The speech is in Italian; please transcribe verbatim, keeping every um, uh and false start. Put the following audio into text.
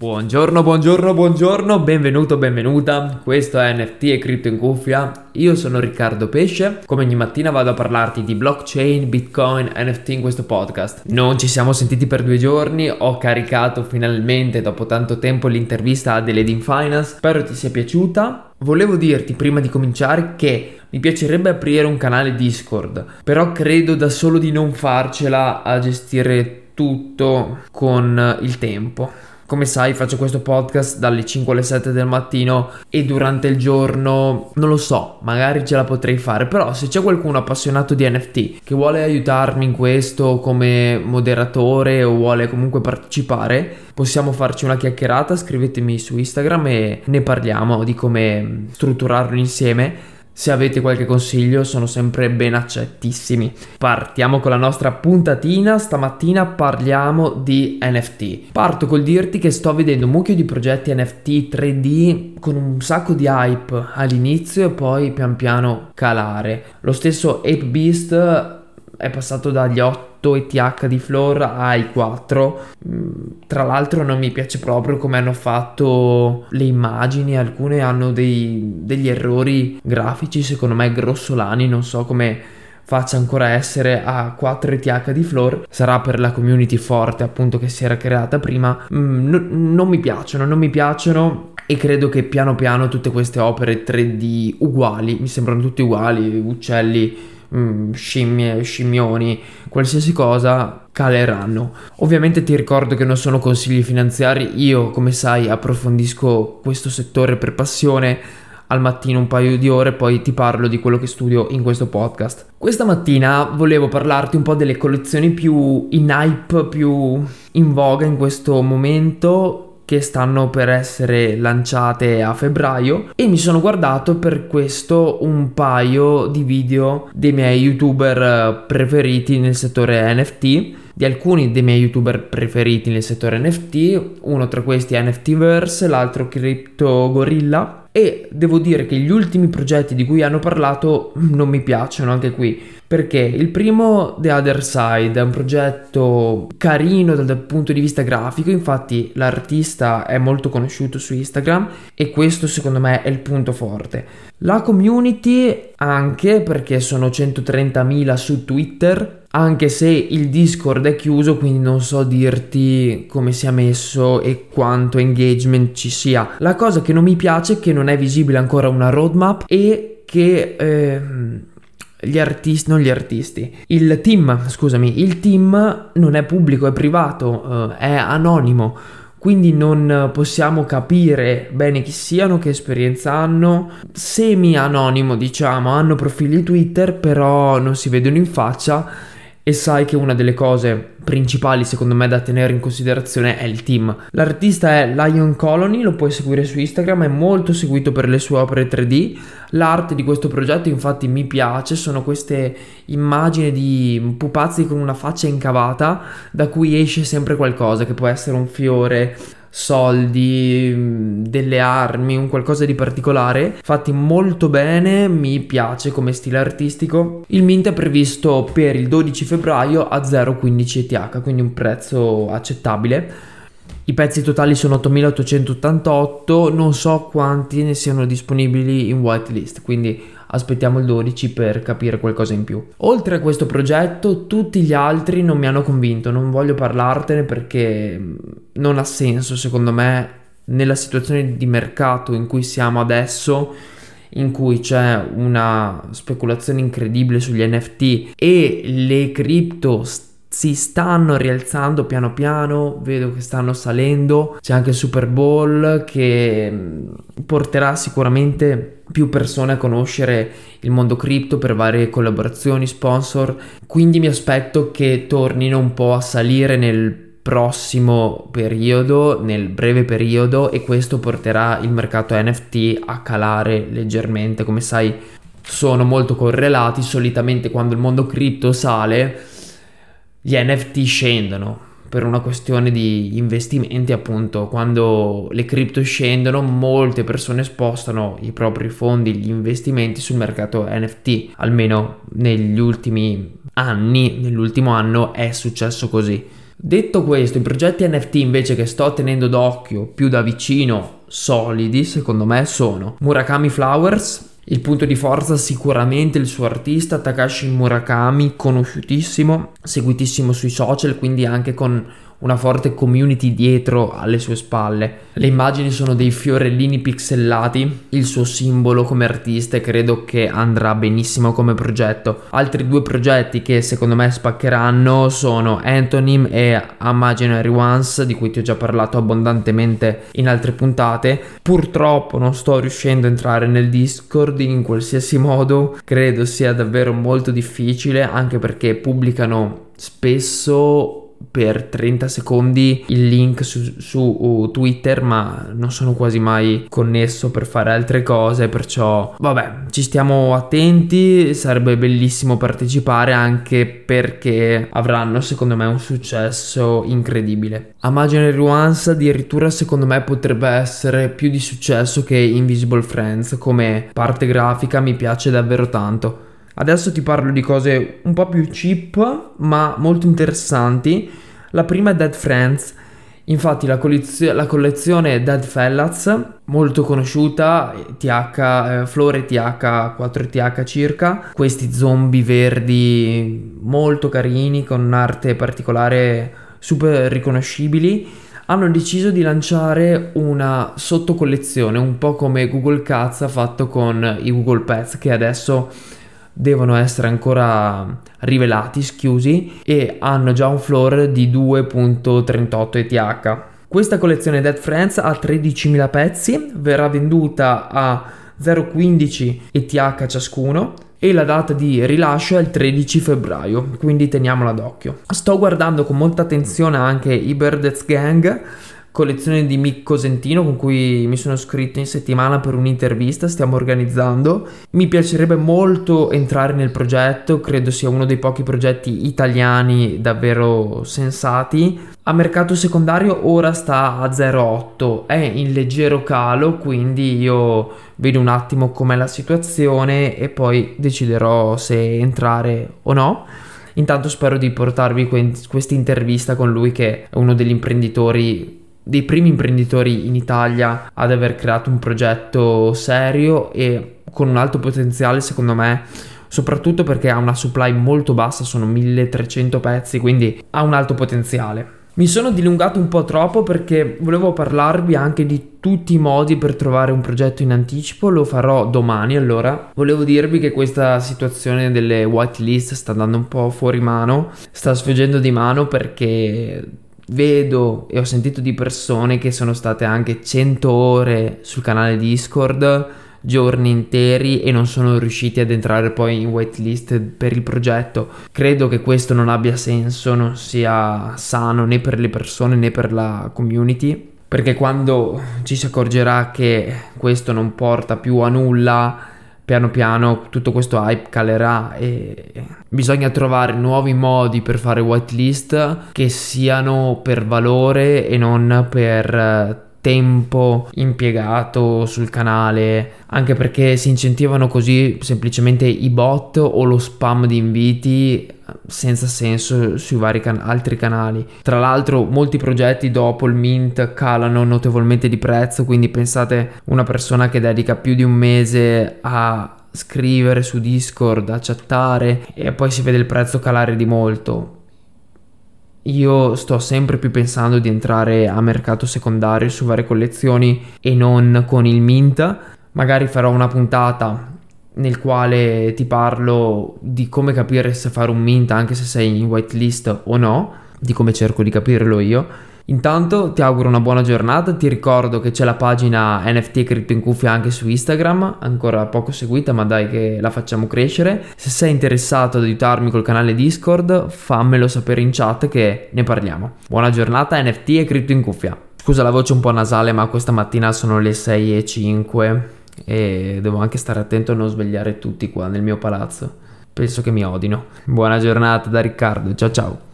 Buongiorno, buongiorno, buongiorno, benvenuto, benvenuta. Questo è N F T e Cripto in Cuffia. Io sono Riccardo Pesce. Come ogni mattina vado a parlarti di blockchain, bitcoin, N F T in questo podcast. Non ci siamo sentiti per due giorni. Ho caricato finalmente dopo tanto tempo l'intervista a The Lady in Finance. Spero ti sia piaciuta. Volevo dirti prima di cominciare che mi piacerebbe aprire un canale Discord, però credo da solo di non farcela a gestire tutto con il tempo. Come sai, faccio questo podcast dalle cinque alle sette del mattino e durante il giorno non lo so, magari ce la potrei fare, però se c'è qualcuno appassionato di N F T che vuole aiutarmi in questo come moderatore o vuole comunque partecipare, possiamo farci una chiacchierata, scrivetemi su Instagram e ne parliamo di come strutturarlo insieme. Se avete qualche consiglio sono sempre ben accettissimi. Partiamo con la nostra puntatina. Stamattina parliamo di N F T. Parto col dirti che sto vedendo un mucchio di progetti N F T tre D con un sacco di hype all'inizio e poi pian piano calare. Lo stesso Ape Beast è passato dagli otto E T H di floor ai quattro. Tra l'altro non mi piace proprio come hanno fatto le immagini, alcune hanno dei, degli errori grafici secondo me grossolani, non so come faccia ancora essere a quattro E T H di floor. Sarà per la community forte appunto che si era creata prima. mm, no, non mi piacciono, non mi piacciono e credo che piano piano tutte queste opere tre D uguali, mi sembrano tutti uguali, uccelli, scimmie, scimmioni, qualsiasi cosa, caleranno. Ovviamente ti ricordo che non sono consigli finanziari, io come sai approfondisco questo settore per passione, al mattino un paio di ore, poi ti parlo di quello che studio in questo podcast. Questa mattina volevo parlarti un po' delle collezioni più in hype, più in voga in questo momento, che stanno per essere lanciate a febbraio, e mi sono guardato per questo un paio di video dei miei youtuber preferiti nel settore N F T, di alcuni dei miei youtuber preferiti nel settore N F T, uno tra questi è N F T Verse, l'altro Crypto Gorilla, e devo dire che gli ultimi progetti di cui hanno parlato non mi piacciono anche qui, perché il primo, The Other Side, è un progetto carino dal punto di vista grafico, infatti l'artista è molto conosciuto su Instagram e questo secondo me è il punto forte. La community anche, perché sono centotrentamila su Twitter, anche se il Discord è chiuso, quindi non so dirti come sia messo e quanto engagement ci sia. La cosa che non mi piace è che non è visibile ancora una roadmap e che eh, gli artisti, non gli artisti, il team, scusami, il team non è pubblico, è privato, eh, è anonimo. Quindi non possiamo capire bene chi siano, che esperienza hanno, semi anonimo diciamo, hanno profili Twitter però non si vedono in faccia. E sai che una delle cose principali secondo me da tenere in considerazione è il team. L'artista è Lion Colony, lo puoi seguire su Instagram, è molto seguito per le sue opere tre D. L'arte di questo progetto infatti mi piace, sono queste immagini di pupazzi con una faccia incavata da cui esce sempre qualcosa, che può essere un fiore, soldi, delle armi, un qualcosa di particolare, fatti molto bene, mi piace come stile artistico. Il mint è previsto per il dodici febbraio a zero virgola quindici E T H, quindi un prezzo accettabile. I pezzi totali sono ottomilaottocentottantotto, non so quanti ne siano disponibili in whitelist, quindi aspettiamo il dodici per capire qualcosa in più. Oltre a questo progetto, tutti gli altri non mi hanno convinto, non voglio parlartene perché non ha senso secondo me nella situazione di mercato in cui siamo adesso, in cui c'è una speculazione incredibile sugli N F T e le cripto st- si stanno rialzando piano piano, vedo che stanno salendo, c'è anche il Super Bowl che porterà sicuramente più persone a conoscere il mondo cripto per varie collaborazioni, sponsor, quindi mi aspetto che tornino un po' a salire nel prossimo periodo, nel breve periodo, e questo porterà il mercato N F T a calare leggermente. Come sai sono molto correlati, solitamente quando il mondo cripto sale gli N F T scendono per una questione di investimenti, appunto. Quando le cripto scendono molte persone spostano i propri fondi, gli investimenti sul mercato N F T, almeno negli ultimi anni, nell'ultimo anno è successo così. Detto questo, i progetti N F T invece che sto tenendo d'occhio più da vicino, solidi secondo me, sono Murakami Flowers. Il punto di forza sicuramente il suo artista Takashi Murakami, conosciutissimo, seguitissimo sui social, quindi anche con una forte community dietro alle sue spalle. Le immagini sono dei fiorellini pixellati, il suo simbolo come artista, e credo che andrà benissimo come progetto. Altri due progetti che secondo me spaccheranno sono Antonym e Imaginary Ones, di cui ti ho già parlato abbondantemente in altre puntate. Purtroppo non sto riuscendo a entrare nel Discord in qualsiasi modo, credo sia davvero molto difficile, anche perché pubblicano spesso per trenta secondi il link su, su uh, Twitter, ma non sono quasi mai connesso per fare altre cose, perciò vabbè, ci stiamo attenti. Sarebbe bellissimo partecipare, anche perché avranno secondo me un successo incredibile. Imaginary Ones addirittura secondo me potrebbe essere più di successo che Invisible Friends, come parte grafica mi piace davvero tanto. Adesso ti parlo di cose un po' più cheap ma molto interessanti. La prima è Dead Friends. Infatti la, collezio- la collezione Dead Fellas, molto conosciuta, T H, eh, Flore T H, quattro T H circa, questi zombie verdi molto carini con un'arte particolare super riconoscibili, hanno deciso di lanciare una sottocollezione, un po' come Google Cats ha fatto con i Google Pets, che adesso devono essere ancora rivelati, schiusi, e hanno già un floor di due virgola trentotto E T H. Questa collezione Dead Friends ha tredicimila pezzi, verrà venduta a zero virgola quindici E T H ciascuno e la data di rilascio è il tredici febbraio, quindi teniamola d'occhio. Sto guardando con molta attenzione anche i Birdets Gang, collezione di Mick Cosentino, con cui mi sono scritto in settimana per un'intervista, stiamo organizzando. Mi piacerebbe molto entrare nel progetto, credo sia uno dei pochi progetti italiani davvero sensati. A mercato secondario ora sta a zero virgola otto, è in leggero calo, quindi io vedo un attimo com'è la situazione e poi deciderò se entrare o no. Intanto spero di portarvi que- questa intervista con lui, che è uno degli imprenditori, dei primi imprenditori in Italia ad aver creato un progetto serio e con un alto potenziale secondo me, soprattutto perché ha una supply molto bassa, sono milletrecento pezzi, quindi ha un alto potenziale. Mi sono dilungato un po' troppo perché volevo parlarvi anche di tutti i modi per trovare un progetto in anticipo, lo farò domani. Allora volevo dirvi che questa situazione delle whitelist sta andando un po' fuori mano, sta sfuggendo di mano, perché vedo e ho sentito di persone che sono state anche cento ore sul canale Discord, giorni interi, e non sono riusciti ad entrare poi in waitlist per il progetto. Credo che questo non abbia senso, non sia sano né per le persone né per la community, perché quando ci si accorgerà che questo non porta più a nulla, piano piano tutto questo hype calerà e bisogna trovare nuovi modi per fare whitelist che siano per valore e non per tempo impiegato sul canale, anche perché si incentivano così semplicemente i bot o lo spam di inviti senza senso sui vari can- altri canali. Tra l'altro molti progetti dopo il mint calano notevolmente di prezzo, quindi pensate, una persona che dedica più di un mese a scrivere su Discord, a chattare, e poi si vede il prezzo calare di molto. Io sto sempre più pensando di entrare a mercato secondario su varie collezioni e non con il mint. Magari farò una puntata nel quale ti parlo di come capire se fare un mint anche se sei in whitelist o no, di come cerco di capirlo io. Intanto ti auguro una buona giornata, ti ricordo che c'è la pagina N F T Crypto in Cuffia anche su Instagram, ancora poco seguita ma dai che la facciamo crescere. Se sei interessato ad aiutarmi col canale Discord, fammelo sapere in chat che ne parliamo. Buona giornata, N F T e Crypto in Cuffia. Scusa la voce un po' nasale, ma questa mattina sono le sei e cinque e devo anche stare attento a non svegliare tutti qua nel mio palazzo. Penso che mi odino. Buona giornata da Riccardo, ciao ciao.